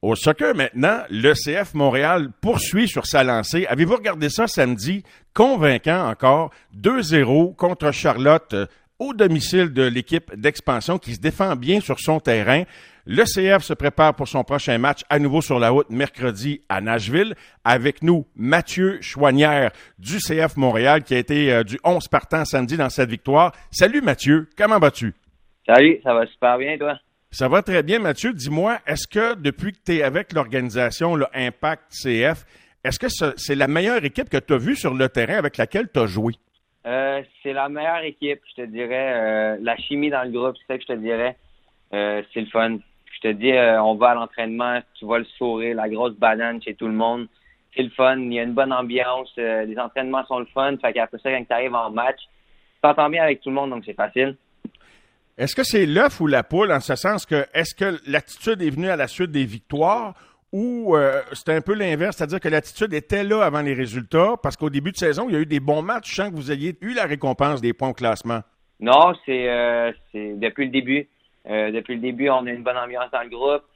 Au soccer maintenant, le CF Montréal poursuit sur sa lancée. Avez-vous regardé ça samedi? Convaincant encore. 2-0 contre Charlotte au domicile de l'équipe d'expansion qui se défend bien sur son terrain. Le CF se prépare pour son prochain match à nouveau sur la route mercredi à Nashville. Avec nous, Mathieu Chouanière du CF Montréal qui a été du 11 partant samedi dans cette victoire. Salut Mathieu, comment vas-tu? Salut, ça va super bien toi? Ça va très bien, Mathieu. Dis-moi, est-ce que depuis que tu es avec l'organisation le Impact CF, est-ce que c'est la meilleure équipe que tu as vue sur le terrain avec laquelle tu as joué? C'est la meilleure équipe, je te dirais. La chimie dans le groupe, c'est ça que je te dirais. C'est le fun. Je te dis, on va à l'entraînement, tu vois le sourire, la grosse banane chez tout le monde. C'est le fun, il y a une bonne ambiance, les entraînements sont le fun. Fait qu'après ça, quand tu arrives en match, tu t'entends bien avec tout le monde, donc c'est facile. Est-ce que c'est l'œuf ou la poule, en ce sens que est-ce que l'attitude est venue à la suite des victoires ou c'est un peu l'inverse, c'est-à-dire que l'attitude était là avant les résultats, parce qu'au début de saison, il y a eu des bons matchs, je sens que vous ayez eu la récompense des points au classement. Non, c'est depuis le début. Depuis le début, on a une bonne ambiance dans le groupe.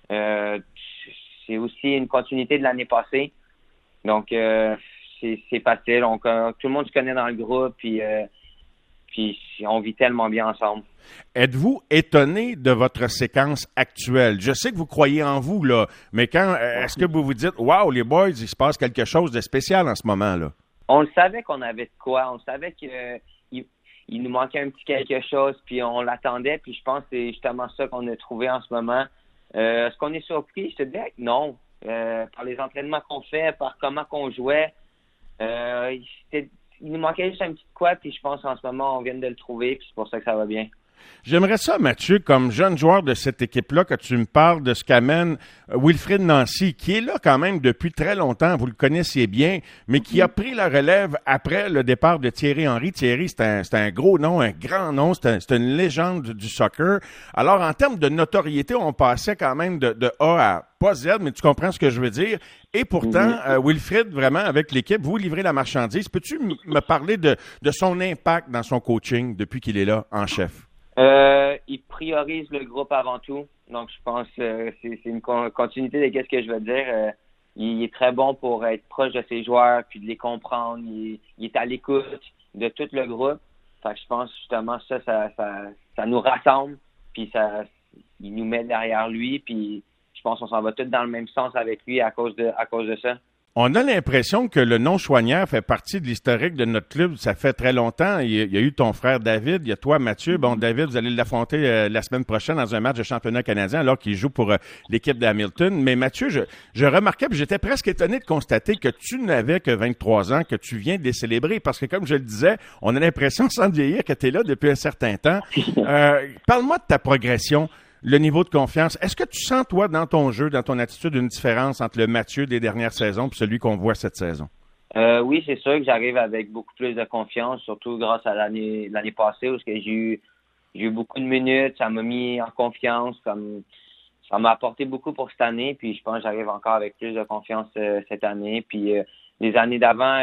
C'est aussi une continuité de l'année passée. Donc, c'est facile. Tout le monde se connaît dans le groupe, puis on vit tellement bien ensemble. Êtes-vous étonné de votre séquence actuelle? Je sais que vous croyez en vous, là, mais est-ce que vous vous dites « Wow, les boys, il se passe quelque chose de spécial en ce moment-là? » On le savait qu'on avait de quoi. On savait qu'il nous manquait un petit quelque chose, puis on l'attendait, puis je pense que c'est justement ça qu'on a trouvé en ce moment. Est-ce qu'on est surpris? Je te dirais que non. Par les entraînements qu'on fait, par comment qu'on jouait, il nous manquait juste un petit quoi, puis je pense qu'en ce moment, on vient de le trouver, puis c'est pour ça que ça va bien. J'aimerais ça, Mathieu, comme jeune joueur de cette équipe-là, que tu me parles de ce qu'amène Wilfrid Nancy, qui est là quand même depuis très longtemps, vous le connaissiez bien, mais qui a pris la relève après le départ de Thierry Henry. Thierry, c'est un gros nom, un grand nom, c'est une légende du soccer. Alors, en termes de notoriété, on passait quand même de A à pas Z, mais tu comprends ce que je veux dire. Et pourtant, Wilfrid, vraiment, avec l'équipe, vous livrez la marchandise. Peux-tu me parler de son impact dans son coaching depuis qu'il est là en chef? Il priorise le groupe avant tout. Donc, je pense que c'est une continuité de ce que je veux dire. Il est très bon pour être proche de ses joueurs puis de les comprendre. Il est à l'écoute de tout le groupe. Fait que je pense justement ça nous rassemble puis il nous met derrière lui puis je pense qu'on s'en va tous dans le même sens avec lui à cause de ça. On a l'impression que le nom Chouanière fait partie de l'historique de notre club. Ça fait très longtemps. Il y a eu ton frère David, il y a toi, Mathieu. Bon, David, vous allez l'affronter la semaine prochaine dans un match de championnat canadien alors qu'il joue pour l'équipe d'Hamilton. Mais Mathieu, je remarquais, puis j'étais presque étonné de constater que tu n'avais que 23 ans, que tu viens de les célébrer. Parce que, comme je le disais, on a l'impression, sans te vieillir, que tu es là depuis un certain temps. Parle-moi de ta progression. Le niveau de confiance, est-ce que tu sens, toi, dans ton jeu, dans ton attitude, une différence entre le Mathieu des dernières saisons et celui qu'on voit cette saison? Oui, c'est sûr que j'arrive avec beaucoup plus de confiance, surtout grâce à l'année passée où j'ai eu beaucoup de minutes, ça m'a mis en confiance, ça m'a apporté beaucoup pour cette année, puis je pense que j'arrive encore avec plus de confiance cette année. Puis les années d'avant,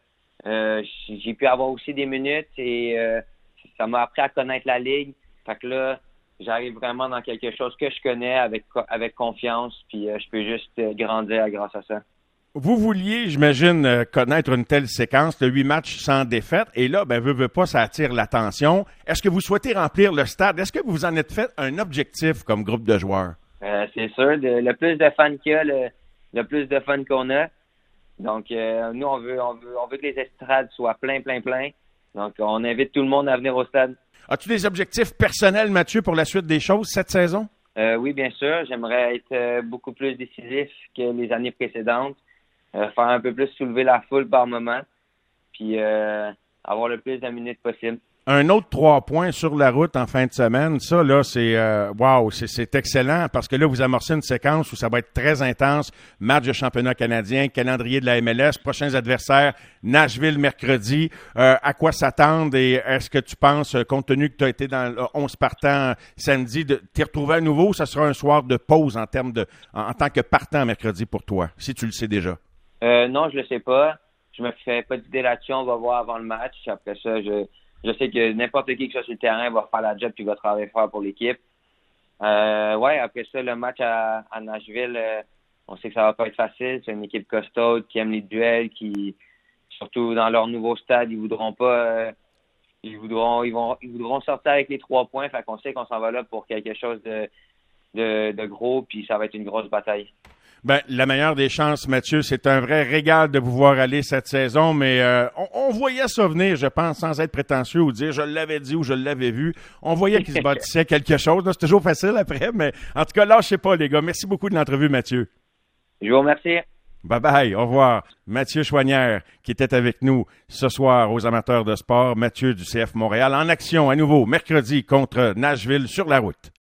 j'ai pu avoir aussi des minutes et ça m'a appris à connaître la ligue. Fait que là, j'arrive vraiment dans quelque chose que je connais avec confiance, puis je peux juste grandir grâce à ça. Vous vouliez, j'imagine, connaître une telle séquence de 8 matchs sans défaite, et là, veut pas, ça attire l'attention. Est-ce que vous souhaitez remplir le stade? Est-ce que vous en êtes fait un objectif comme groupe de joueurs? C'est sûr, le plus de fans qu'il y a, le plus de fun qu'on a. Donc, nous, on veut que les estrades soient plein. Donc, on invite tout le monde à venir au stade. As-tu des objectifs personnels, Mathieu, pour la suite des choses cette saison? Oui, bien sûr. J'aimerais être beaucoup plus décisif que les années précédentes. Faire un peu plus soulever la foule par moment. Puis avoir le plus de minutes possible. Un autre 3 points sur la route en fin de semaine, ça, là, c'est c'est excellent parce que là, vous amorcez une séquence où ça va être très intense. Match de championnat canadien, calendrier de la MLS, prochains adversaires, Nashville mercredi. À quoi s'attendre et est-ce que tu penses, compte tenu que tu as été dans le 11 partant samedi, de t'y retrouver à nouveau, ça sera un soir de pause en tant que partant mercredi pour toi, si tu le sais déjà? Non, je le sais pas. Je me fais pas d'idée là-dessus. On va voir avant le match. Après ça, je sais que n'importe qui soit sur le terrain va faire la job puis va travailler fort pour l'équipe. Ouais, après ça, le match à Nashville, on sait que ça va pas être facile. C'est une équipe costaude qui aime les duels, qui, surtout dans leur nouveau stade, ils voudront pas, ils voudront sortir avec les 3 points. Fait qu'on sait qu'on s'en va là pour quelque chose de gros, puis ça va être une grosse bataille. Ben, la meilleure des chances, Mathieu, c'est un vrai régal de vous voir aller cette saison, mais on voyait ça venir, je pense, sans être prétentieux ou dire je l'avais dit ou je l'avais vu. On voyait qu'il se bâtissait quelque chose. C'est toujours facile après, mais en tout cas, lâchez pas, les gars. Merci beaucoup de l'entrevue, Mathieu. Je vous remercie. Bye-bye, au revoir. Mathieu Choinière, qui était avec nous ce soir aux amateurs de sport. Mathieu du CF Montréal en action à nouveau mercredi contre Nashville sur la route.